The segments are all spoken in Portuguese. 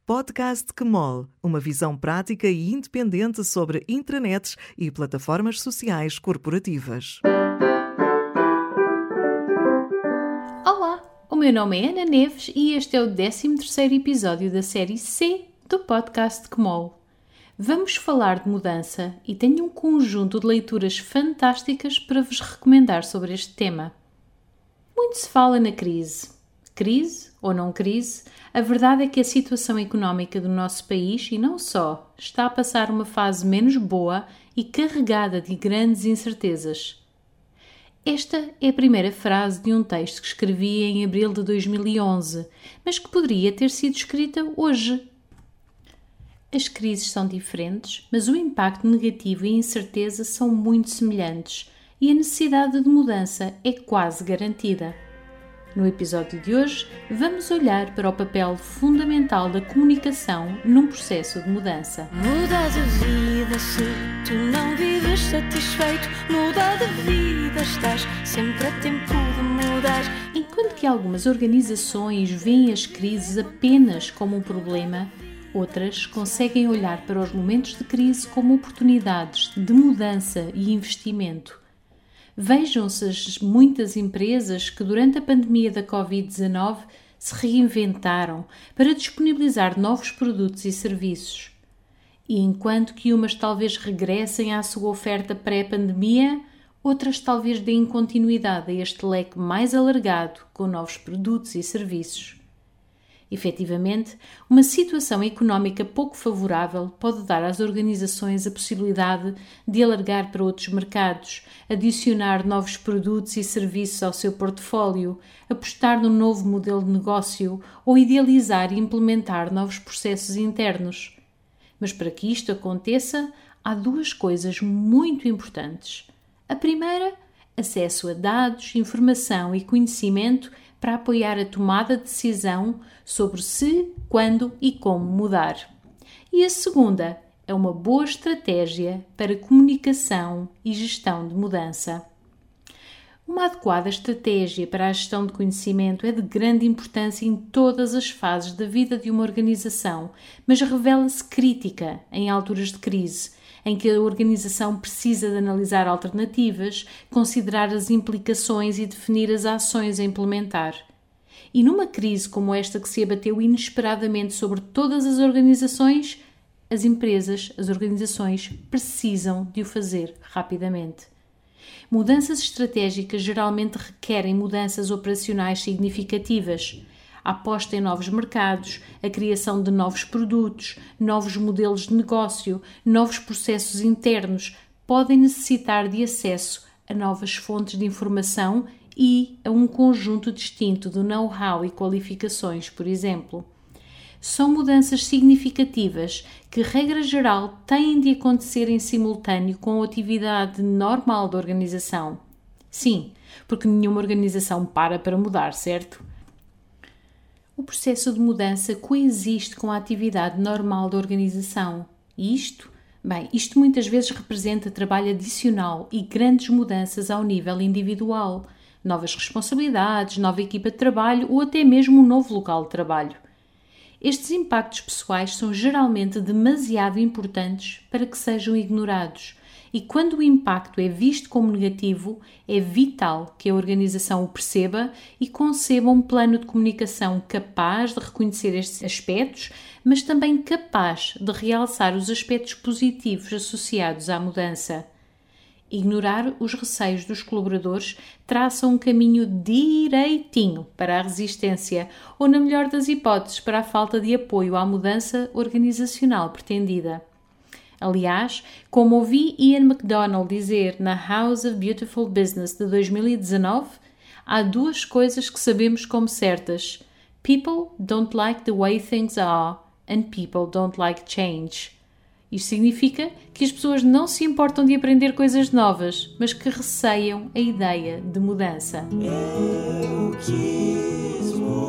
Podcast QMOL, uma visão prática e independente sobre intranets e plataformas sociais corporativas. Olá, o meu nome é Ana Neves e este é o 13º episódio da série C do Podcast QMOL. Vamos falar de mudança e tenho um conjunto de leituras fantásticas para vos recomendar sobre este tema. Muito se fala na crise. Crise ou não crise, a verdade é que a situação económica do nosso país, e não só, está a passar uma fase menos boa e carregada de grandes incertezas. Esta é a primeira frase de um texto que escrevi em abril de 2011, mas que poderia ter sido escrita hoje. As crises são diferentes, mas o impacto negativo e a incerteza são muito semelhantes e a necessidade de mudança é quase garantida. No episódio de hoje, vamos olhar para o papel fundamental da comunicação num processo de mudança. Muda de vida se tu não vives satisfeito. Muda de vida, estás sempre a tempo de mudar. Enquanto que algumas organizações veem as crises apenas como um problema, outras conseguem olhar para os momentos de crise como oportunidades de mudança e investimento. Vejam-se as muitas empresas que durante a pandemia da Covid-19 se reinventaram para disponibilizar novos produtos e serviços. E enquanto que umas talvez regressem à sua oferta pré-pandemia, outras talvez deem continuidade a este leque mais alargado com novos produtos e serviços. Efetivamente, uma situação económica pouco favorável pode dar às organizações a possibilidade de alargar para outros mercados, adicionar novos produtos e serviços ao seu portfólio, apostar num novo modelo de negócio ou idealizar e implementar novos processos internos. Mas para que isto aconteça, há duas coisas muito importantes. A primeira, acesso a dados, informação e conhecimento para apoiar a tomada de decisão sobre se, quando e como mudar. E a segunda é uma boa estratégia para comunicação e gestão de mudança. Uma adequada estratégia para a gestão de conhecimento é de grande importância em todas as fases da vida de uma organização, mas revela-se crítica em alturas de crise, em que a organização precisa de analisar alternativas, considerar as implicações e definir as ações a implementar. E numa crise como esta que se abateu inesperadamente sobre todas as organizações, as empresas, as organizações precisam de o fazer rapidamente. Mudanças estratégicas geralmente requerem mudanças operacionais significativas. A aposta em novos mercados, a criação de novos produtos, novos modelos de negócio, novos processos internos podem necessitar de acesso a novas fontes de informação e a um conjunto distinto de know-how e qualificações, por exemplo. São mudanças significativas que, regra geral, têm de acontecer em simultâneo com a atividade normal da organização. Sim, porque nenhuma organização para mudar, certo? O processo de mudança coexiste com a atividade normal da organização. E isto muitas vezes representa trabalho adicional e grandes mudanças ao nível individual, novas responsabilidades, nova equipa de trabalho ou até mesmo um novo local de trabalho. Estes impactos pessoais são geralmente demasiado importantes para que sejam ignorados. E quando o impacto é visto como negativo, é vital que a organização o perceba e conceba um plano de comunicação capaz de reconhecer estes aspectos, mas também capaz de realçar os aspectos positivos associados à mudança. Ignorar os receios dos colaboradores traça um caminho direitinho para a resistência ou, na melhor das hipóteses, para a falta de apoio à mudança organizacional pretendida. Aliás, como ouvi Ian MacDonald dizer na House of Beautiful Business de 2019, há duas coisas que sabemos como certas. People don't like the way things are and people don't like change. Isto significa que as pessoas não se importam de aprender coisas novas, mas que receiam a ideia de mudança. Eu quis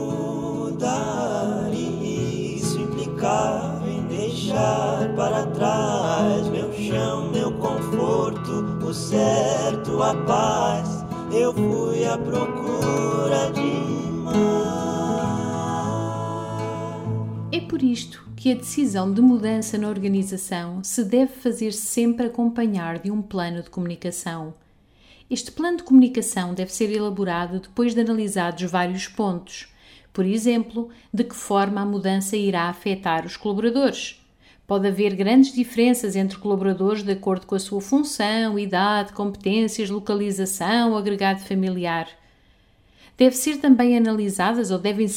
mudar e isso implicava em deixar para trás meu chão, meu conforto, o certo, a paz. Eu fui à procura de mais. É por isto que a decisão de mudança na organização se deve fazer sempre acompanhar de um plano de comunicação. Este plano de comunicação deve ser elaborado depois de analisados vários pontos. Por exemplo, de que forma a mudança irá afetar os colaboradores. Pode haver grandes diferenças entre colaboradores de acordo com a sua função, idade, competências, localização, agregado familiar. Devem ser também analisadas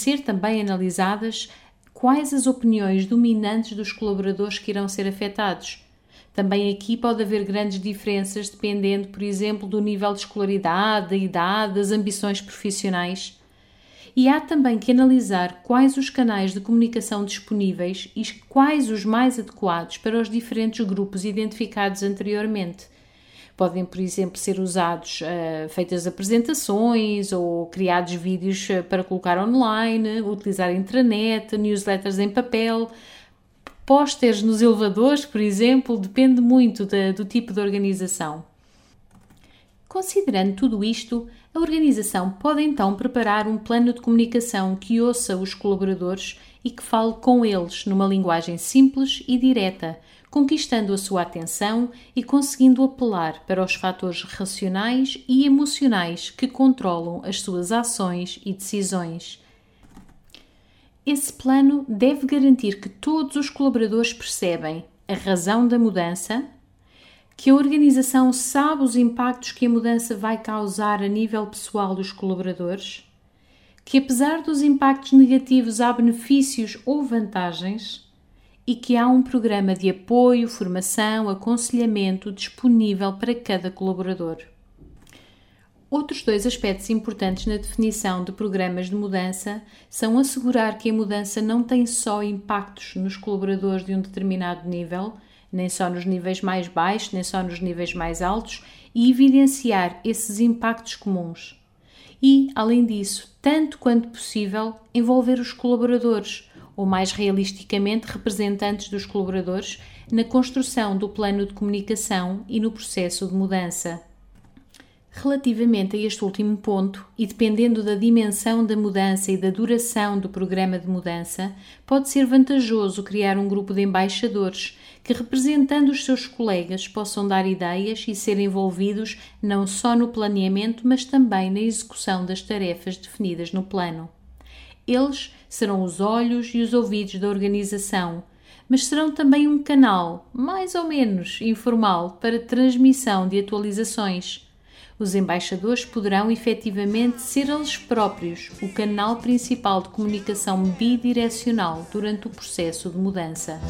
quais as opiniões dominantes dos colaboradores que irão ser afetados. Também aqui pode haver grandes diferenças dependendo, por exemplo, do nível de escolaridade, da idade, das ambições profissionais. E há também que analisar quais os canais de comunicação disponíveis e quais os mais adequados para os diferentes grupos identificados anteriormente. Podem, por exemplo, ser usados feitas apresentações ou criados vídeos para colocar online, utilizar a intranet, newsletters em papel, pósteres nos elevadores, por exemplo, depende muito do tipo de organização. Considerando tudo isto, a organização pode então preparar um plano de comunicação que ouça os colaboradores e que fale com eles numa linguagem simples e direta, conquistando a sua atenção e conseguindo apelar para os fatores racionais e emocionais que controlam as suas ações e decisões. Esse plano deve garantir que todos os colaboradores percebem a razão da mudança, que a organização sabe os impactos que a mudança vai causar a nível pessoal dos colaboradores, que apesar dos impactos negativos há benefícios ou vantagens e que há um programa de apoio, formação, aconselhamento disponível para cada colaborador. Outros dois aspectos importantes na definição de programas de mudança são assegurar que a mudança não tem só impactos nos colaboradores de um determinado nível, nem só nos níveis mais baixos, nem só nos níveis mais altos, e evidenciar esses impactos comuns. E, além disso, tanto quanto possível, envolver os colaboradores, ou mais realisticamente representantes dos colaboradores, na construção do plano de comunicação e no processo de mudança. Relativamente a este último ponto, e dependendo da dimensão da mudança e da duração do programa de mudança, pode ser vantajoso criar um grupo de embaixadores que, representando os seus colegas, possam dar ideias e ser envolvidos não só no planeamento, mas também na execução das tarefas definidas no plano. Eles serão os olhos e os ouvidos da organização, mas serão também um canal, mais ou menos informal, para transmissão de atualizações. Os embaixadores poderão efetivamente ser eles próprios o canal principal de comunicação bidirecional durante o processo de mudança.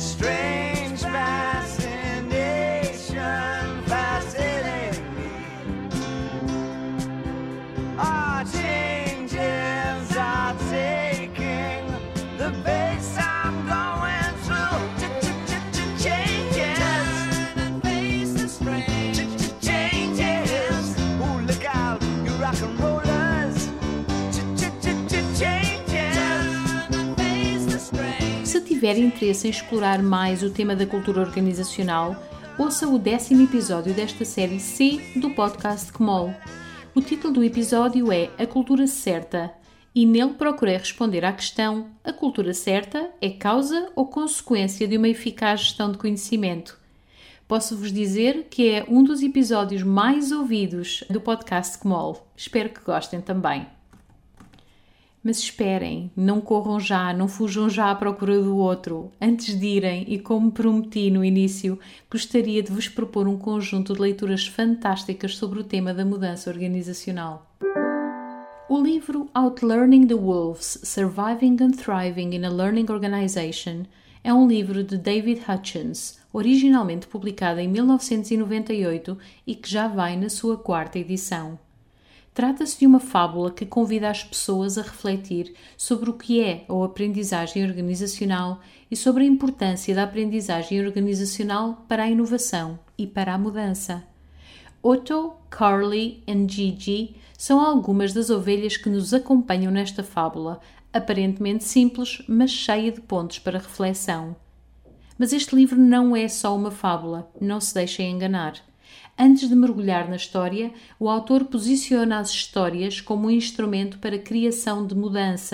Se tiver interesse em explorar mais o tema da cultura organizacional, ouça o 10º episódio desta série C do podcast CMOL. O título do episódio é A Cultura Certa e nele procurei responder à questão: a cultura certa é causa ou consequência de uma eficaz gestão de conhecimento? Posso-vos dizer que é um dos episódios mais ouvidos do podcast CMOL. Espero que gostem também. Mas esperem, não corram já, não fujam já à procura do outro. Antes de irem, e como prometi no início, gostaria de vos propor um conjunto de leituras fantásticas sobre o tema da mudança organizacional. O livro Outlearning the Wolves, Surviving and Thriving in a Learning Organization é um livro de David Hutchins, originalmente publicado em 1998 e que já vai na sua 4ª edição. Trata-se de uma fábula que convida as pessoas a refletir sobre o que é a aprendizagem organizacional e sobre a importância da aprendizagem organizacional para a inovação e para a mudança. Otto, Carly e Gigi são algumas das ovelhas que nos acompanham nesta fábula, aparentemente simples, mas cheia de pontos para reflexão. Mas este livro não é só uma fábula, não se deixem enganar. Antes de mergulhar na história, o autor posiciona as histórias como um instrumento para a criação de mudança,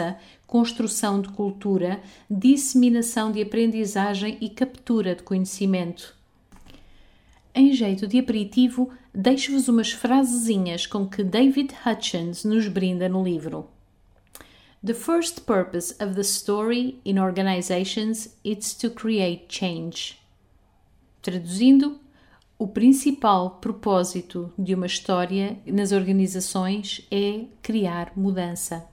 construção de cultura, disseminação de aprendizagem e captura de conhecimento. Em jeito de aperitivo, deixo-vos umas frasezinhas com que David Hutchins nos brinda no livro. The first purpose of the story in organizations is to create change. Traduzindo, o principal propósito de uma história nas organizações é criar mudança.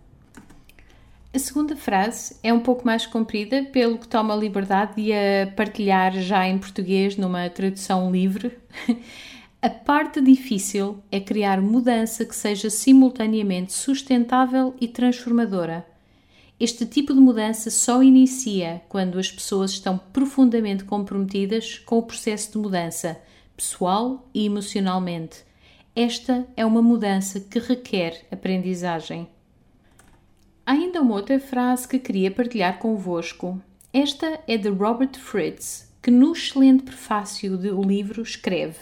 A segunda frase é um pouco mais comprida, pelo que tomo a liberdade de a partilhar já em português numa tradução livre. A parte difícil é criar mudança que seja simultaneamente sustentável e transformadora. Este tipo de mudança só inicia quando as pessoas estão profundamente comprometidas com o processo de mudança, pessoal e emocionalmente. Esta é uma mudança que requer aprendizagem. Há ainda uma outra frase que queria partilhar convosco. Esta é de Robert Fritz, que no excelente prefácio do livro escreve: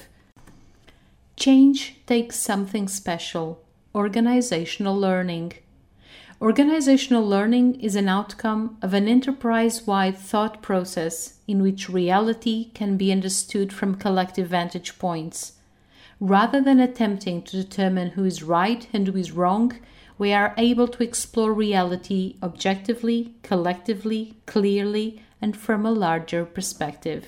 Change takes something special. Organizational learning. Organizational learning is an outcome of an enterprise-wide thought process in which reality can be understood from collective vantage points. Rather than attempting to determine who is right and who is wrong, we are able to explore reality objectively, collectively, clearly, and from a larger perspective.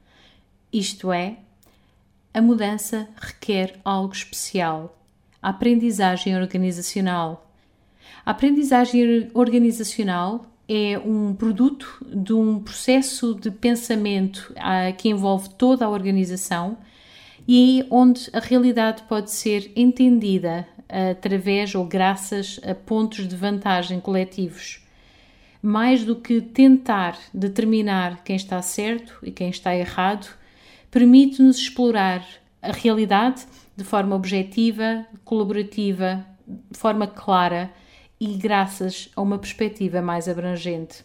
Isto é, a mudança requer algo especial, a aprendizagem organizacional. A aprendizagem organizacional é um produto de um processo de pensamento que envolve toda a organização e onde a realidade pode ser entendida através ou graças a pontos de vantagem coletivos. Mais do que tentar determinar quem está certo e quem está errado, permite-nos explorar a realidade de forma objetiva, colaborativa, de forma clara e graças a uma perspectiva mais abrangente.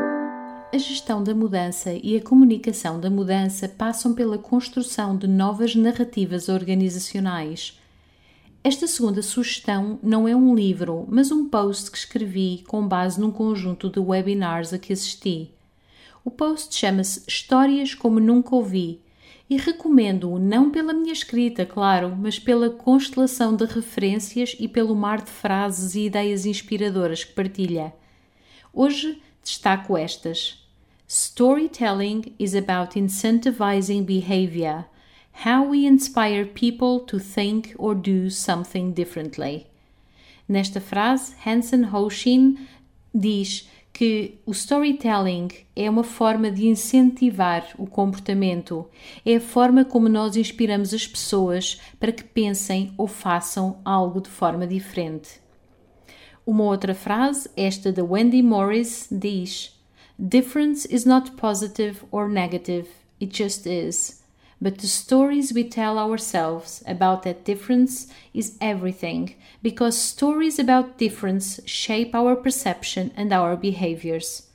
A gestão da mudança e a comunicação da mudança passam pela construção de novas narrativas organizacionais. Esta segunda sugestão não é um livro, mas um post que escrevi com base num conjunto de webinars a que assisti. O post chama-se Histórias como Nunca Ouvi e recomendo-o não pela minha escrita, claro, mas pela constelação de referências e pelo mar de frases e ideias inspiradoras que partilha. Hoje destaco estas. Storytelling is about incentivizing behavior. How we inspire people to think or do something differently. Nesta frase, Hansen Hoshin diz que o storytelling é uma forma de incentivar o comportamento, é a forma como nós inspiramos as pessoas para que pensem ou façam algo de forma diferente. Uma outra frase, esta da Wendy Morris, diz: Difference is not positive or negative, it just is. But the stories we tell ourselves about that difference is everything, because stories about difference shape our perception and our behaviors.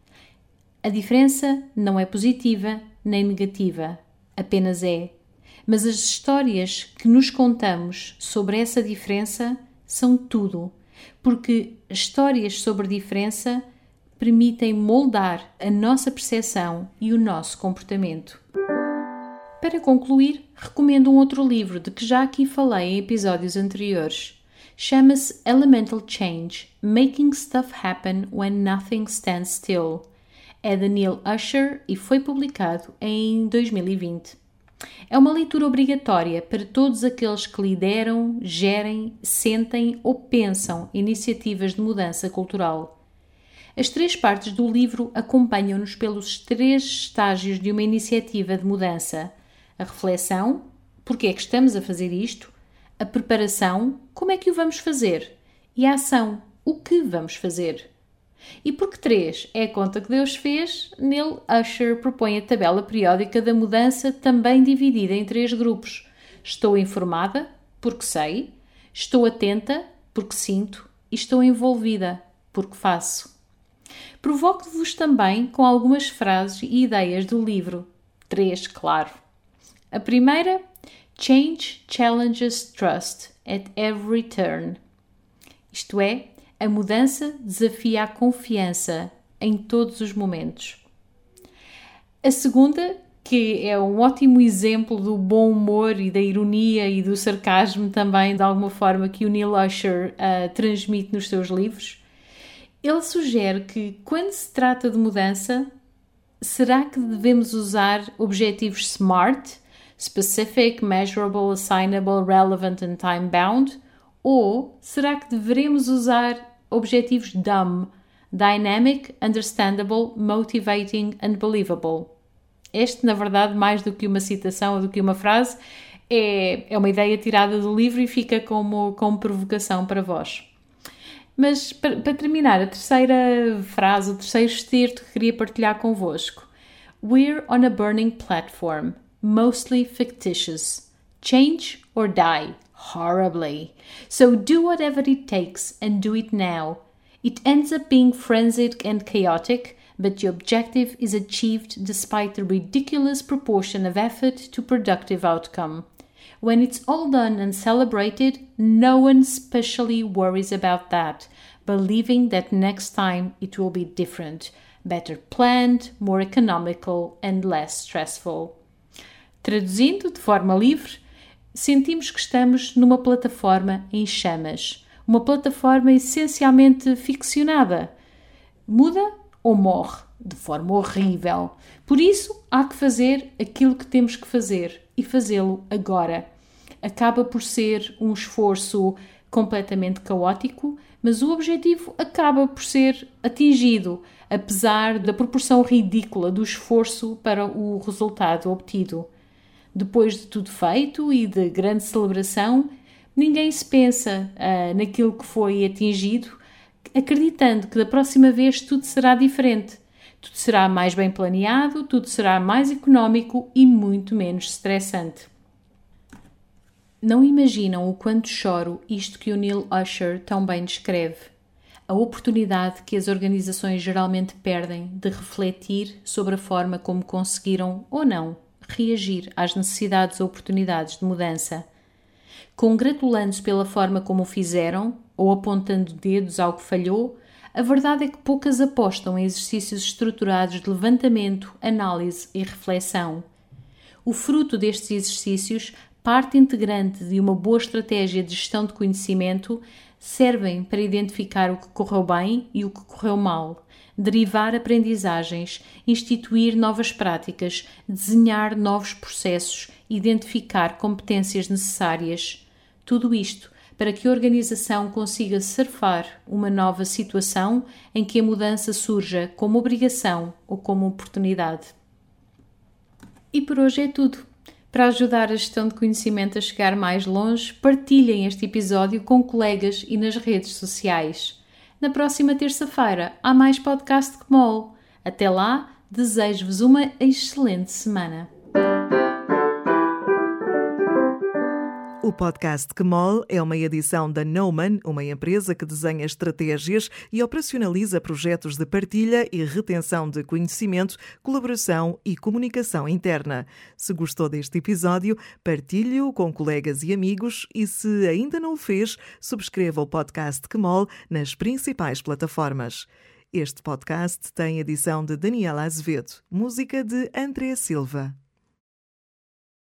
A diferença não é positiva nem negativa, apenas é. Mas as histórias que nos contamos sobre essa diferença são tudo, porque histórias sobre diferença permitem moldar a nossa percepção e o nosso comportamento. Para concluir, recomendo um outro livro de que já aqui falei em episódios anteriores. Chama-se Elemental Change – Making Stuff Happen When Nothing Stands Still. É de Neil Usher e foi publicado em 2020. É uma leitura obrigatória para todos aqueles que lideram, gerem, sentem ou pensam iniciativas de mudança cultural. As 3 partes do livro acompanham-nos pelos 3 estágios de uma iniciativa de mudança. A reflexão, porque é que estamos a fazer isto? A preparação, como é que o vamos fazer? E a ação, o que vamos fazer? E porque 3 é a conta que Deus fez, Neil Usher propõe a tabela periódica da mudança também dividida em 3 grupos. Estou informada, porque sei, estou atenta, porque sinto, e estou envolvida, porque faço. Provoco-vos também com algumas frases e ideias do livro. 3, claro. A primeira, Change challenges trust at every turn. Isto é, A mudança desafia a confiança em todos os momentos. A segunda, que é um ótimo exemplo do bom humor e da ironia e do sarcasmo também, de alguma forma, que o Neil Usher transmite nos seus livros. Ele sugere que, quando se trata de mudança, será que devemos usar objetivos SMART, Specific, Measurable, Assignable, Relevant and Time-Bound? Ou será que devemos usar objetivos DUMB, Dynamic, Understandable, Motivating and Believable? Este, na verdade, mais do que uma citação ou do que uma frase, é uma ideia tirada do livro e fica como provocação para vós. Mas, para terminar, a terceira frase, o terceiro excerto que queria partilhar convosco. We're on a burning platform, mostly fictitious. Change or die, horribly. So do whatever it takes and do it now. It ends up being frenzied and chaotic, but the objective is achieved despite the ridiculous proportion of effort to productive outcome. When it's all done and celebrated, no one specially worries about that, believing that next time it will be different, better planned, more economical and less stressful. Traduzindo de forma livre, sentimos que estamos numa plataforma em chamas, uma plataforma essencialmente ficcionada. Muda ou morre, de forma horrível. Por isso, há que fazer aquilo que temos que fazer e fazê-lo agora. Acaba por ser um esforço completamente caótico, mas o objetivo acaba por ser atingido, apesar da proporção ridícula do esforço para o resultado obtido. Depois de tudo feito e de grande celebração, ninguém se pensa naquilo que foi atingido, acreditando que da próxima vez tudo será diferente. Tudo será mais bem planeado, tudo será mais económico e muito menos estressante. Não imaginam o quanto choro isto que o Neil Usher tão bem descreve. A oportunidade que as organizações geralmente perdem de refletir sobre a forma como conseguiram, ou não, reagir às necessidades ou oportunidades de mudança. Congratulando-se pela forma como o fizeram, ou apontando dedos ao que falhou, a verdade é que poucas apostam em exercícios estruturados de levantamento, análise e reflexão. O fruto destes exercícios, parte integrante de uma boa estratégia de gestão de conhecimento, servem para identificar o que correu bem e o que correu mal, derivar aprendizagens, instituir novas práticas, desenhar novos processos, identificar competências necessárias. Tudo isto para que a organização consiga surfar uma nova situação em que a mudança surja como obrigação ou como oportunidade. E por hoje é tudo. Para ajudar a gestão de conhecimento a chegar mais longe, partilhem este episódio com colegas e nas redes sociais. Na próxima terça-feira há mais podcast CMOL. Até lá, desejo-vos uma excelente semana. O podcast CMOL é uma edição da Knowman, uma empresa que desenha estratégias e operacionaliza projetos de partilha e retenção de conhecimento, colaboração e comunicação interna. Se gostou deste episódio, partilhe-o com colegas e amigos e, se ainda não o fez, subscreva o podcast CMOL nas principais plataformas. Este podcast tem edição de Daniela Azevedo, música de André Silva.